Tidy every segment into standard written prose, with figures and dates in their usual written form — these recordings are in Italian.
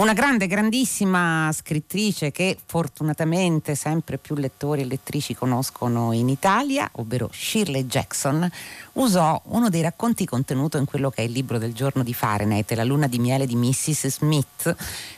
Una grandissima scrittrice che fortunatamente sempre più lettori e lettrici conoscono in Italia, ovvero Shirley Jackson, usò uno dei racconti contenuto in quello che è il libro del giorno di Fahrenheit, La luna di miele di Mrs. Smith,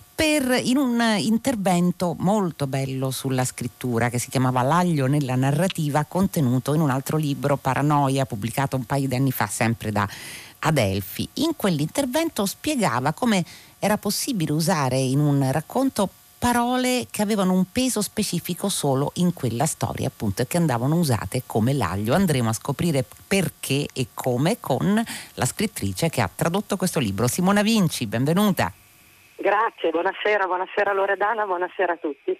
in un intervento molto bello sulla scrittura che si chiamava L'aglio nella narrativa, contenuto in un altro libro, Paranoia, pubblicato un paio di anni fa sempre da Adelphi. In quell'intervento spiegava come era possibile usare in un racconto parole che avevano un peso specifico solo in quella storia, appunto, e che andavano usate come l'aglio. Andremo a scoprire perché e come con la scrittrice che ha tradotto questo libro, Simona Vinci. Benvenuta. Grazie, buonasera Loredana, buonasera a tutti.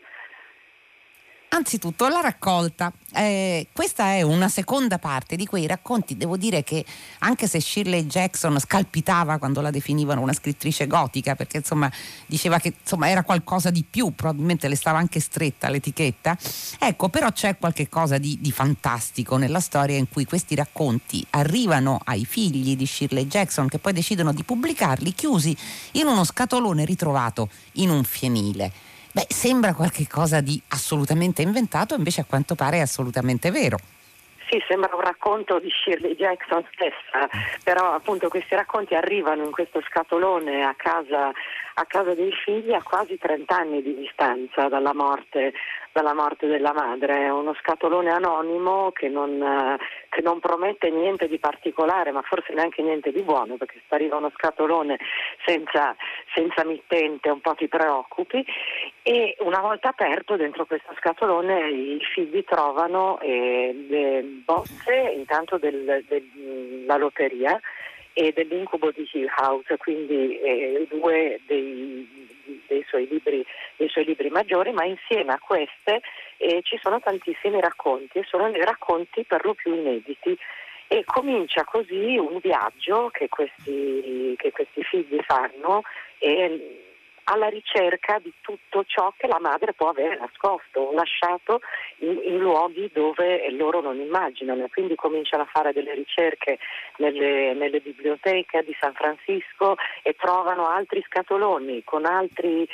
Anzitutto la raccolta, questa è una seconda parte di quei racconti. Devo dire che anche se Shirley Jackson scalpitava quando la definivano una scrittrice gotica, perché insomma diceva che insomma era qualcosa di più, probabilmente le stava anche stretta l'etichetta, ecco, però c'è qualche cosa di fantastico nella storia in cui questi racconti arrivano ai figli di Shirley Jackson, che poi decidono di pubblicarli chiusi in uno scatolone ritrovato in un fienile. Beh, sembra qualche cosa di assolutamente inventato, invece a quanto pare è assolutamente vero. Sì, sembra un racconto di Shirley Jackson stessa, però appunto questi racconti arrivano in questo scatolone a casa dei figli a quasi 30 anni di distanza dalla morte della madre. È uno scatolone anonimo che non promette niente di particolare, ma forse neanche niente di buono, perché se arriva uno scatolone senza mittente un po' ti preoccupi. E una volta aperto dentro questo scatolone i figli trovano le bozze intanto della lotteria e dell'incubo di Hill House, quindi due dei suoi libri maggiori, ma insieme a queste ci sono tantissimi racconti, e sono dei racconti per lo più inediti. E comincia così un viaggio che questi figli fanno alla ricerca di tutto ciò che la madre può avere nascosto o lasciato in luoghi dove loro non immaginano. Quindi cominciano a fare delle ricerche nelle biblioteche di San Francisco e trovano altri scatoloni con altri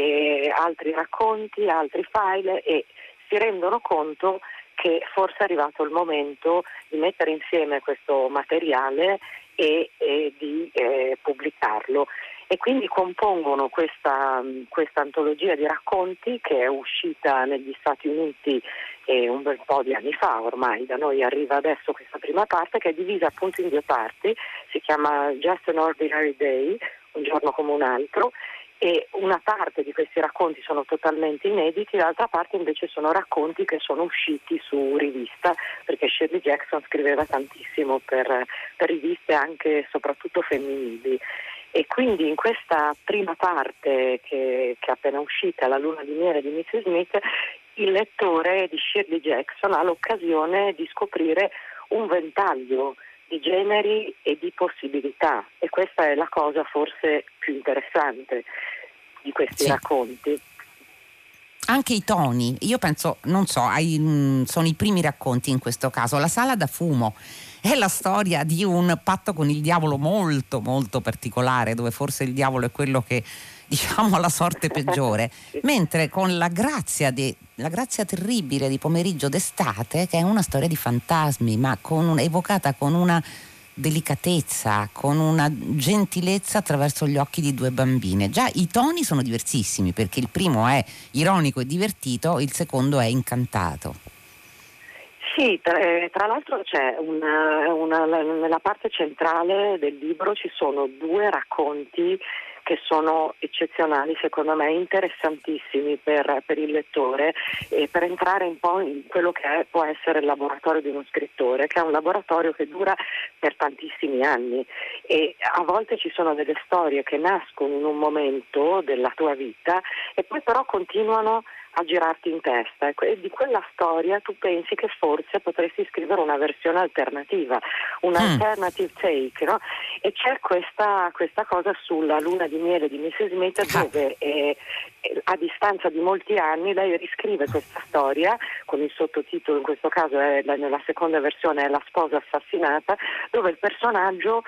racconti, altri file, e si rendono conto che forse è arrivato il momento di mettere insieme questo materiale e di pubblicarlo. E quindi compongono questa antologia di racconti che è uscita negli Stati Uniti un bel po' di anni fa ormai. Da noi arriva adesso questa prima parte, che è divisa appunto in due parti, si chiama Just an Ordinary Day, un giorno come un altro, e una parte di questi racconti sono totalmente inediti, l'altra parte invece sono racconti che sono usciti su rivista, perché Shirley Jackson scriveva tantissimo per riviste anche e soprattutto femminili. E quindi in questa prima parte che è appena uscita, La luna di miele di Mrs. Smith, il lettore di Shirley Jackson ha l'occasione di scoprire un ventaglio di generi e di possibilità, e questa è la cosa forse più interessante di questi racconti. Anche i toni, io penso, non so, sono i primi racconti in questo caso. La sala da fumo è la storia di un patto con il diavolo molto molto particolare, dove forse il diavolo è quello che, diciamo, ha la sorte peggiore, mentre con la grazia terribile di Pomeriggio d'estate, che è una storia di fantasmi, ma evocata con una delicatezza, con una gentilezza attraverso gli occhi di due bambine. Già i toni sono diversissimi, perché il primo è ironico e divertito, il secondo è incantato. Sì, tra l'altro c'è nella parte centrale del libro ci sono due racconti che sono eccezionali, secondo me interessantissimi per il lettore, e per entrare un po' in quello che può essere il laboratorio di uno scrittore, che è un laboratorio che dura per tantissimi anni, e a volte ci sono delle storie che nascono in un momento della tua vita e poi però continuano a girarti in testa, e di quella storia tu pensi che forse potresti scrivere una versione alternativa, un alternative take, no? E c'è questa cosa sulla luna di miele di Mrs. Smith, dove a distanza di molti anni lei riscrive questa storia con il sottotitolo, in questo caso nella seconda versione è La sposa assassinata, dove il personaggio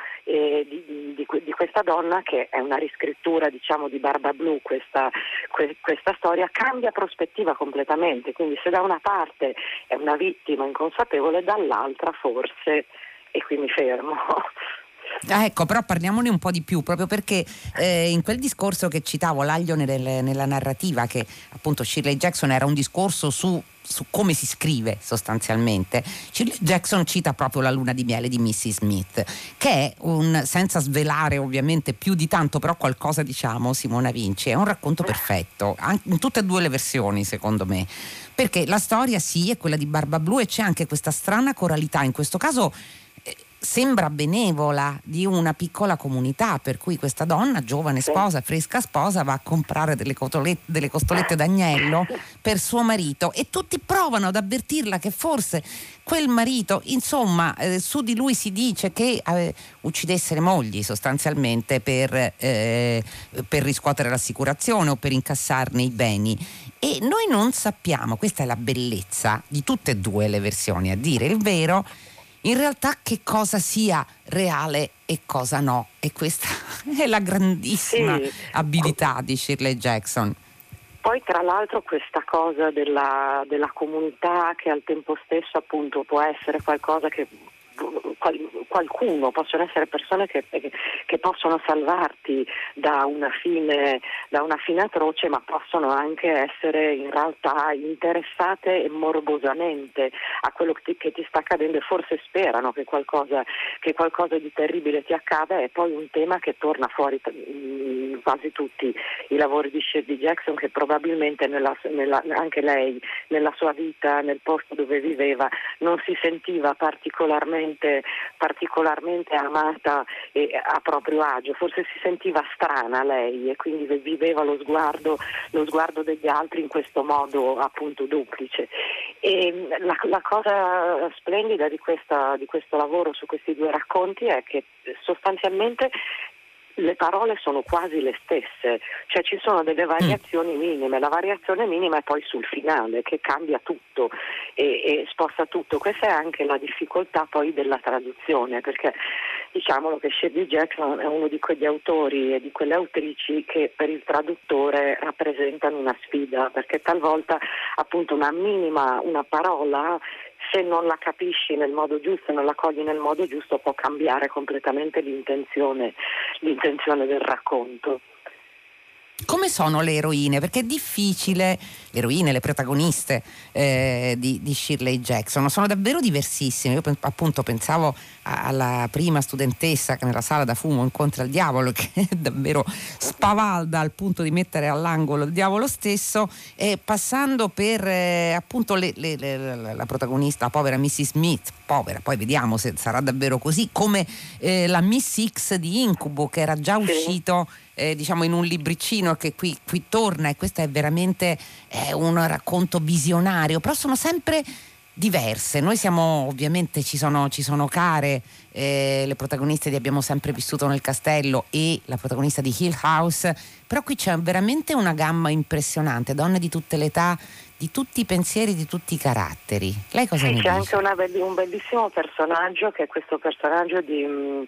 di questa donna, che è una riscrittura diciamo di Barba Blu, questa storia cambia prospettiva completamente, quindi se da una parte è una vittima inconsapevole, dall'altra forse, e qui mi fermo. Ecco, però parliamone un po' di più, proprio perché in quel discorso che citavo, l'aglio nella narrativa, che appunto Shirley Jackson era un discorso su come si scrive sostanzialmente. Shirley Jackson cita proprio La luna di miele di Mrs. Smith, che è senza svelare ovviamente più di tanto, però qualcosa diciamo, Simona Vinci, è un racconto perfetto, in tutte e due le versioni secondo me, perché la storia sì è quella di Barba Blu e c'è anche questa strana coralità, in questo caso sembra benevola, di una piccola comunità, per cui questa donna, giovane sposa, fresca sposa, va a comprare delle costolette d'agnello per suo marito e tutti provano ad avvertirla che forse quel marito, insomma, su di lui si dice che uccidesse le mogli sostanzialmente per riscuotere l'assicurazione o per incassarne i beni. E noi non sappiamo, questa è la bellezza di tutte e due le versioni, a dire il vero, in realtà che cosa sia reale e cosa no, e questa è la grandissima abilità di Shirley Jackson. Poi tra l'altro questa cosa della comunità, che al tempo stesso appunto può essere qualcosa che qualcuno, possono essere persone che possono salvarti da una fine atroce, ma possono anche essere in realtà interessate e morbosamente a quello che ti sta accadendo, e forse sperano che qualcosa di terribile ti accada. È poi un tema che torna fuori in quasi tutti i lavori di Shirley Jackson, che probabilmente anche lei nella sua vita, nel posto dove viveva, non si sentiva particolarmente amata e a proprio agio, forse si sentiva strana lei, e quindi viveva lo sguardo degli altri in questo modo appunto duplice. E la cosa splendida di questo lavoro su questi due racconti è che sostanzialmente le parole sono quasi le stesse, cioè ci sono delle variazioni minime, la variazione minima è poi sul finale che cambia tutto e sposta tutto. Questa è anche la difficoltà poi della traduzione, perché diciamolo che Shirley Jackson è uno di quegli autori e di quelle autrici che per il traduttore rappresentano una sfida, perché talvolta appunto una parola, se non la capisci nel modo giusto, non la cogli nel modo giusto, può cambiare completamente l'intenzione del racconto. Come sono le eroine? Perché è difficile, le eroine, le protagoniste di Shirley Jackson sono davvero diversissime. Io appunto pensavo alla prima studentessa che nella sala da fumo incontra il diavolo, che è davvero spavalda al punto di mettere all'angolo il diavolo stesso, passando per appunto la protagonista, la povera Mrs. Smith, povera, poi vediamo se sarà davvero così, come la Miss X di Incubo, che era già uscito diciamo in un libricino, che qui torna, e questo è veramente un racconto visionario, però sono sempre diverse. Noi siamo, ovviamente ci sono care le protagoniste di Abbiamo sempre vissuto nel castello e la protagonista di Hill House, però qui c'è veramente una gamma impressionante, donne di tutte le età, di tutti i pensieri, di tutti i caratteri. Lei cosa ne dice? C'è anche un bellissimo personaggio, che è questo personaggio di un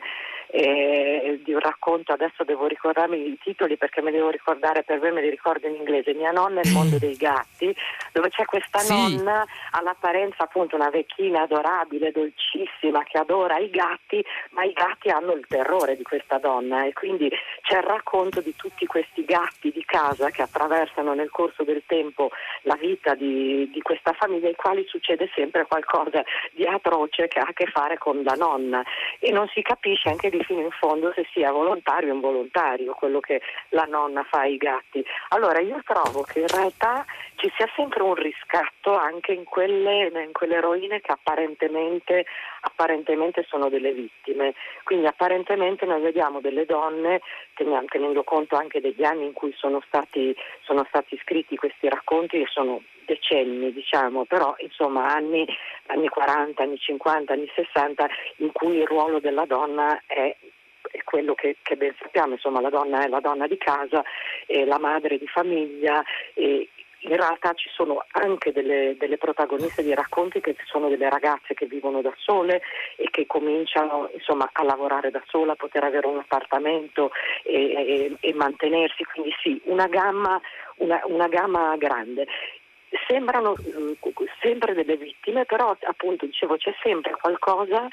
racconto, adesso devo ricordarmi i titoli perché me li devo ricordare, per me li ricordo in inglese, Mia nonna e il mondo dei gatti, dove c'è questa nonna all'apparenza appunto una vecchina adorabile, dolcissima, che adora i gatti, ma i gatti hanno il terrore di questa donna, e quindi c'è il racconto di tutti questi gatti di casa che attraversano nel corso del tempo la vita di questa famiglia, ai quali succede sempre qualcosa di atroce che ha a che fare con la nonna, e non si capisce anche di fino in fondo se sia volontario o involontario quello che la nonna fa ai gatti. Allora io trovo che in realtà ci sia sempre un riscatto anche in quelle eroine che apparentemente sono delle vittime, quindi apparentemente noi vediamo delle donne, tenendo conto anche degli anni in cui sono stati scritti questi racconti, che sono decenni diciamo, però insomma anni 40, anni 50, anni 60, in cui il ruolo della donna è quello che ben sappiamo, insomma la donna è la donna di casa, è la madre di famiglia, In realtà ci sono anche delle protagoniste di racconti che sono delle ragazze che vivono da sole e che cominciano insomma a lavorare da sola, a poter avere un appartamento e mantenersi, quindi sì, una gamma grande. Sembrano sempre delle vittime, però appunto dicevo c'è sempre qualcosa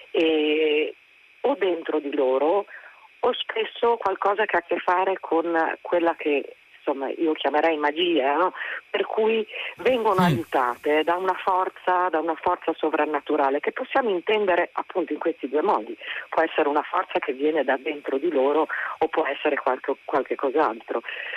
o dentro di loro o spesso qualcosa che ha a che fare con quella che insomma io chiamerei magia, no? Per cui vengono aiutate da una forza sovrannaturale che possiamo intendere appunto in questi due modi. Può essere una forza che viene da dentro di loro o può essere qualche cos'altro.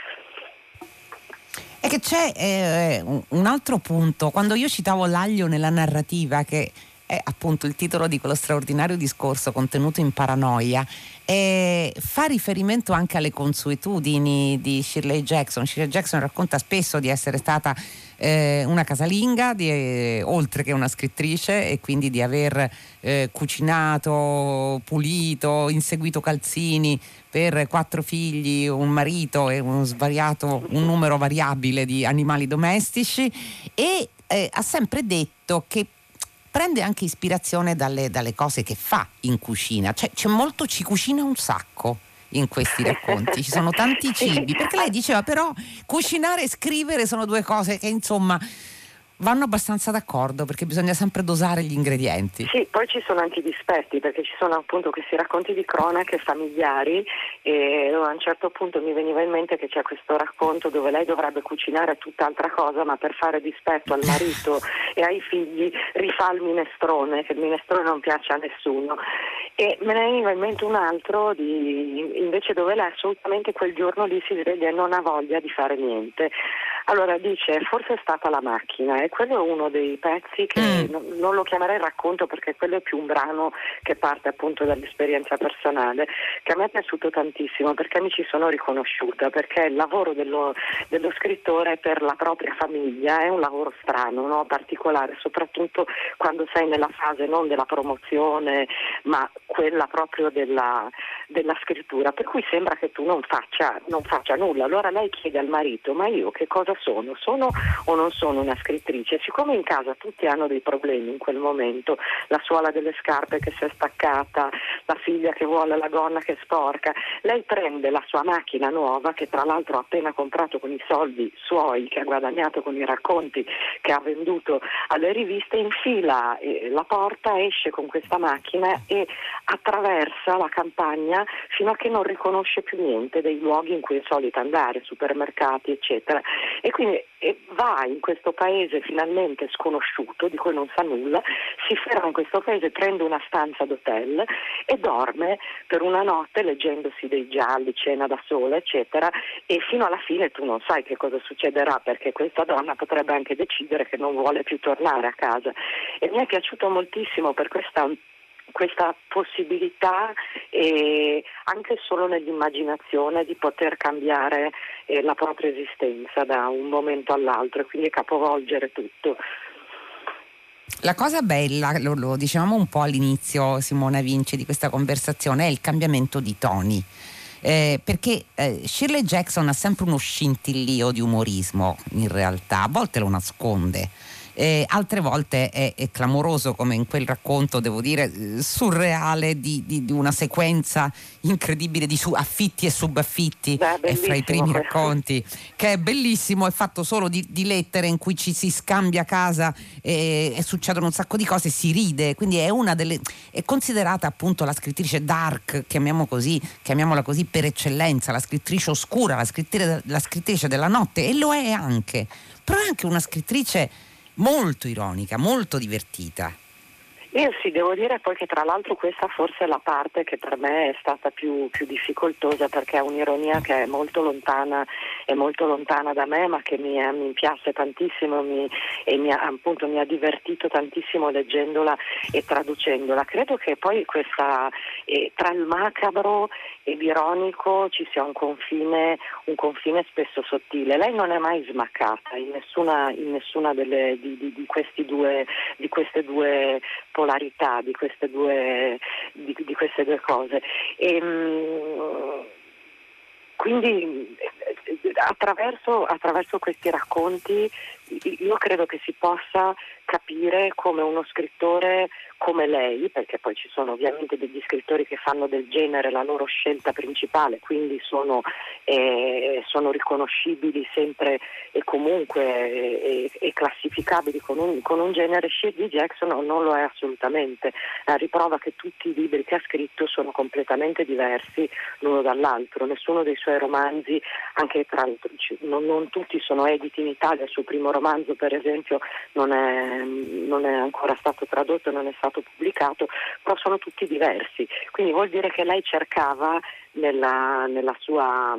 E che c'è un altro punto, quando io citavo l'aglio nella narrativa, che è appunto il titolo di quello straordinario discorso contenuto in Paranoia, fa riferimento anche alle consuetudini di Shirley Jackson. Shirley Jackson racconta spesso di essere stata una casalinga, oltre che una scrittrice, e quindi di aver cucinato, pulito, inseguito calzini per 4 figli, un marito e un numero variabile di animali domestici, e ha sempre detto che prende anche ispirazione dalle cose che fa in cucina, cioè c'è molto, ci cucina un sacco in questi racconti, ci sono tanti cibi, perché lei diceva però cucinare e scrivere sono due cose che insomma vanno abbastanza d'accordo, perché bisogna sempre dosare gli ingredienti. Sì, poi ci sono anche i dispetti, perché ci sono appunto questi racconti di cronache familiari e a un certo punto mi veniva in mente che c'è questo racconto dove lei dovrebbe cucinare tutt'altra cosa, ma per fare dispetto al marito e ai figli rifà il minestrone, che il minestrone non piace a nessuno. E me ne veniva in mente un altro invece dove lei assolutamente quel giorno lì si sveglia e non ha voglia di fare niente. Allora dice, forse è stata la macchina, e quello è uno dei pezzi che non lo chiamerei racconto, perché quello è più un brano che parte appunto dall'esperienza personale, che a me è piaciuto tantissimo perché mi ci sono riconosciuta, perché il lavoro dello scrittore per la propria famiglia è un lavoro strano, no? Particolare, soprattutto quando sei nella fase non della promozione ma quella proprio della scrittura, per cui sembra che tu non faccia nulla. Allora lei chiede al marito, ma io che cosa sono? Sono o non sono una scrittrice? Siccome in casa tutti hanno dei problemi in quel momento, la suola delle scarpe che si è staccata, la figlia che vuole la gonna che è sporca, lei prende la sua macchina nuova, che tra l'altro ha appena comprato con i soldi suoi che ha guadagnato con i racconti che ha venduto alle riviste, infila la porta, esce con questa macchina e attraversa la campagna fino a che non riconosce più niente dei luoghi in cui è solita andare, supermercati eccetera, e quindi va in questo paese finalmente sconosciuto di cui non sa nulla, si ferma in questo paese, prende una stanza d'hotel e dorme per una notte leggendosi dei gialli, cena da sola eccetera, e fino alla fine tu non sai che cosa succederà, perché questa donna potrebbe anche decidere che non vuole più tornare a casa. E mi è piaciuto moltissimo per questa possibilità, anche solo nell'immaginazione, di poter cambiare la propria esistenza da un momento all'altro e quindi capovolgere tutto. La cosa bella, lo dicevamo un po' all'inizio, Simona Vinci, di questa conversazione, è il cambiamento di toni. Perché Shirley Jackson ha sempre uno scintillio di umorismo, in realtà, a volte lo nasconde. Altre volte è clamoroso, come in quel racconto, devo dire, surreale di una sequenza incredibile di affitti e subaffitti, è fra i primi racconti, che è bellissimo, è fatto solo di lettere in cui ci si scambia casa e succedono un sacco di cose, si ride, quindi è considerata appunto la scrittrice dark, chiamiamola così per eccellenza, la scrittrice oscura, la scrittrice della notte, e lo è anche, però è anche una scrittrice molto ironica, molto divertita. Io sì, devo dire poi che tra l'altro questa forse è la parte che per me è stata più difficoltosa, perché è un'ironia che è molto lontana da me, ma che mi piace tantissimo e mi ha divertito tantissimo leggendola e traducendola. Credo che poi questa tra il macabro e l'ironico ci sia un confine spesso sottile. Lei non è mai smaccata in nessuna di queste due polarità, di queste due cose. Quindi attraverso questi racconti io credo che si possa capire come uno scrittore come lei, perché poi ci sono ovviamente degli scrittori che fanno del genere la loro scelta principale, quindi sono riconoscibili sempre e comunque e classificabili con un genere. Shirley Jackson non lo è assolutamente, a riprova che tutti i libri che ha scritto sono completamente diversi l'uno dall'altro. Nessuno dei suoi romanzi, anche tra l'altro non tutti sono editi in Italia. Il suo primo romanzo, per esempio, non è ancora stato tradotto, non è stato pubblicato, però sono tutti diversi. Quindi vuol dire che lei cercava nella sua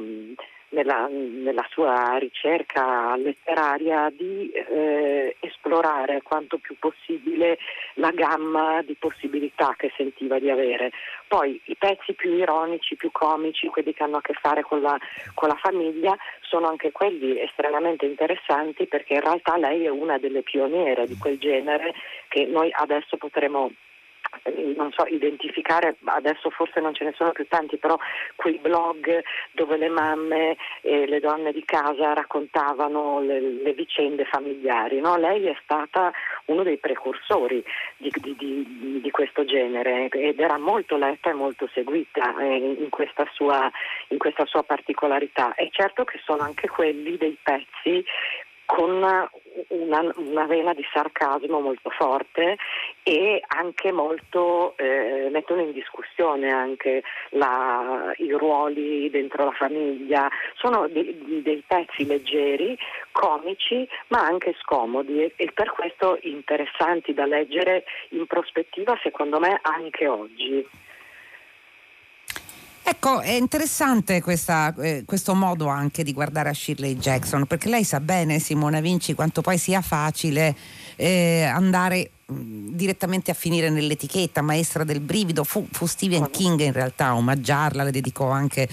ricerca letteraria di esplorare quanto più possibile la gamma di possibilità che sentiva di avere. Poi i pezzi più ironici, più comici, quelli che hanno a che fare con la famiglia, sono anche quelli estremamente interessanti, perché in realtà lei è una delle pioniere di quel genere che noi adesso potremo identificare. Adesso forse non ce ne sono più tanti, però quei blog dove le mamme e le donne di casa raccontavano le vicende familiari, no? Lei è stata uno dei precursori di questo genere ed era molto letta e molto seguita in questa sua particolarità. È certo che sono anche quelli dei pezzi con una vena di sarcasmo molto forte e anche molto mettono in discussione anche i ruoli dentro la famiglia. Sono dei pezzi leggeri, comici, ma anche scomodi e per questo interessanti da leggere in prospettiva, secondo me, anche oggi. Ecco, è interessante questo modo anche di guardare a Shirley Jackson, perché lei sa bene, Simona Vinci, quanto poi sia facile andare direttamente a finire nell'etichetta maestra del brivido. Fu Stephen King in realtà a omaggiarla, le dedicò anche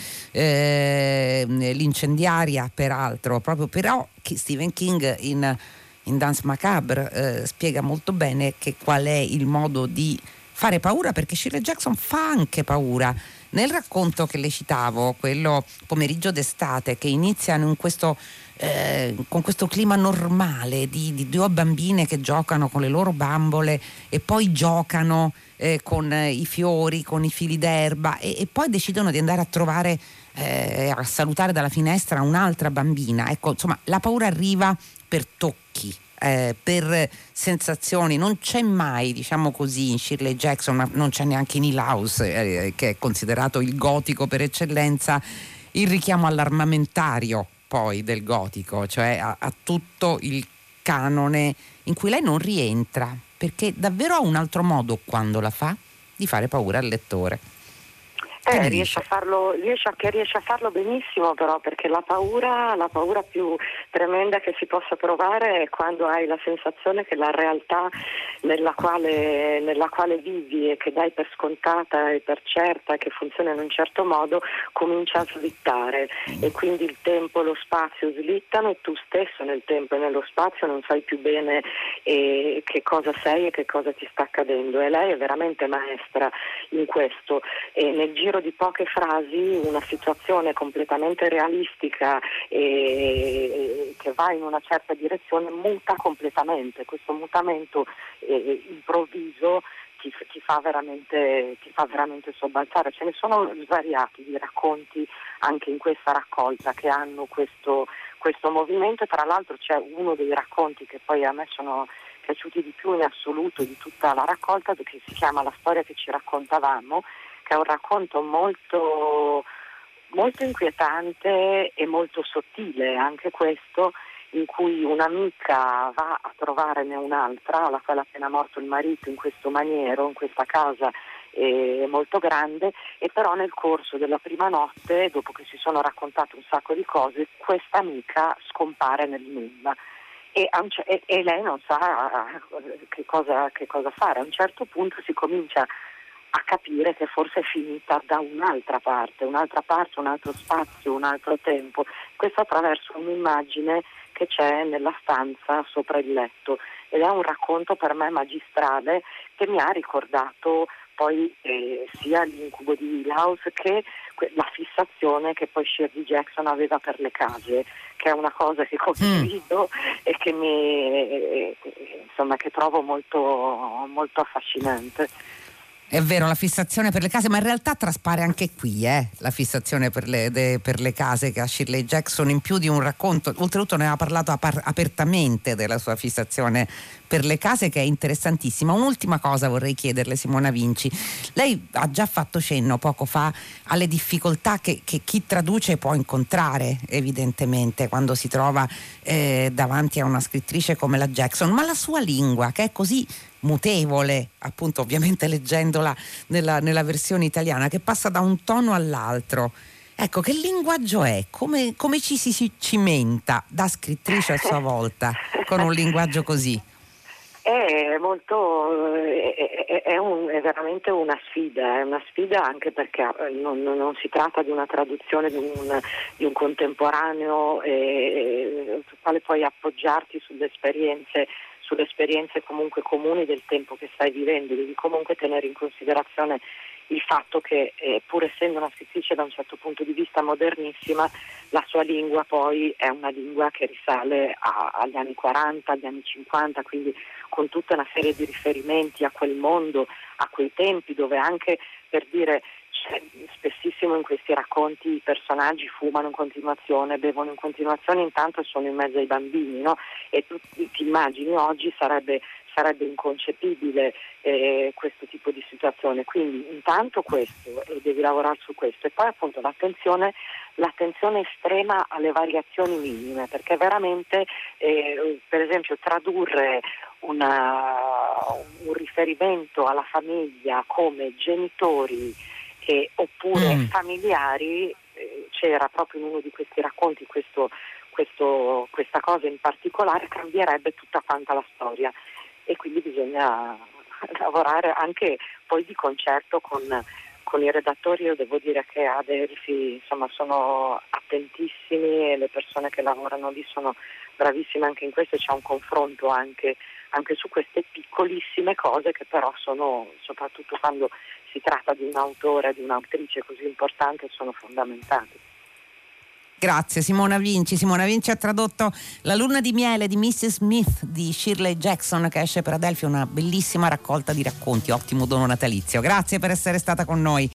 L'incendiaria, peraltro, proprio. Però Stephen King in Danse Macabre spiega molto bene qual è il modo di fare paura, perché Shirley Jackson fa anche paura. Nel racconto che le citavo, quello Pomeriggio d'estate, che iniziano con questo clima normale di due bambine che giocano con le loro bambole e poi giocano con i fiori, con i fili d'erba e poi decidono di andare a trovare, a salutare dalla finestra un'altra bambina. Ecco, insomma, la paura arriva per tocchi. Per sensazioni, non c'è mai, diciamo così, in Shirley Jackson, ma non c'è neanche in Hill House, che è considerato il gotico per eccellenza, il richiamo all'armamentario poi del gotico, cioè a tutto il canone in cui lei non rientra, perché davvero ha un altro modo, quando la fa, di fare paura al lettore. Riesce a farlo benissimo, però, perché la paura più tremenda che si possa provare è quando hai la sensazione che la realtà nella quale vivi e che dai per scontata e per certa, che funziona in un certo modo, comincia a slittare e quindi il tempo e lo spazio slittano e tu stesso nel tempo e nello spazio non sai più bene che cosa sei e che cosa ti sta accadendo, e lei è veramente maestra in questo. E nel giro di poche frasi una situazione completamente realistica e che va in una certa direzione muta completamente. Questo mutamento improvviso ti fa veramente sobbalzare. Ce ne sono svariati di racconti anche in questa raccolta che hanno questo movimento. Tra l'altro c'è uno dei racconti che poi a me sono piaciuti di più in assoluto di tutta la raccolta, che si chiama La storia che ci raccontavamo, che è un racconto molto, molto inquietante e molto sottile, anche questo, in cui un'amica va a trovarne un'altra, alla quale è appena morto il marito, in questo maniero, in questa casa molto grande, e però nel corso della prima notte, dopo che si sono raccontate un sacco di cose, questa amica scompare nel nulla. E lei non sa che cosa fare. A un certo punto si comincia a capire che forse è finita da un'altra parte, un altro spazio, un altro tempo. Questo attraverso un'immagine che c'è nella stanza sopra il letto, ed è un racconto per me magistrale che mi ha ricordato poi sia l'incubo di Hill House che la fissazione che poi Shirley Jackson aveva per le case, che è una cosa che condivido e che che trovo molto, molto affascinante. È vero, la fissazione per le case, ma in realtà traspare anche qui la fissazione per le case che ha Shirley Jackson in più di un racconto. Oltretutto ne aveva parlato apertamente della sua fissazione per le case, che è interessantissima. Un'ultima cosa vorrei chiederle, Simona Vinci. Lei ha già fatto cenno poco fa alle difficoltà che chi traduce può incontrare evidentemente quando si trova davanti a una scrittrice come la Jackson, ma la sua lingua, che è così mutevole, appunto, ovviamente leggendola nella versione italiana, che passa da un tono all'altro. Ecco, che linguaggio è? Come ci si cimenta da scrittrice a sua volta con un linguaggio così? È molto, è veramente una sfida anche perché non si tratta di una traduzione di un contemporaneo sul quale puoi appoggiarti sulle esperienze comunque comuni del tempo che stai vivendo. Devi comunque tenere in considerazione il fatto che pur essendo una scrittrice da un certo punto di vista modernissima, la sua lingua poi è una lingua che risale agli anni 40, agli anni 50, quindi con tutta una serie di riferimenti a quel mondo, a quei tempi dove anche, per dire, spessissimo in questi racconti i personaggi fumano in continuazione, bevono in continuazione, intanto sono in mezzo ai bambini, no? E tu ti immagini oggi sarebbe inconcepibile questo tipo di situazione. Quindi intanto questo, e devi lavorare su questo, e poi appunto l'attenzione estrema alle variazioni minime, perché veramente per esempio tradurre un riferimento alla famiglia come genitori oppure familiari, c'era proprio in uno di questi racconti questa cosa in particolare, cambierebbe tutta quanta la storia, e quindi bisogna lavorare anche poi di concerto con i redattori. Io devo dire che a Adelphi sono attentissimi e le persone che lavorano lì sono bravissime anche in questo, c'è un confronto anche su queste piccolissime cose che però sono, soprattutto quando si tratta di un autore, di un'autrice così importante, sono fondamentali. Grazie Simona Vinci. Simona Vinci ha tradotto La luna di miele di Mrs. Smith di Shirley Jackson, che esce per Adelphi, una bellissima raccolta di racconti, ottimo dono natalizio. Grazie per essere stata con noi.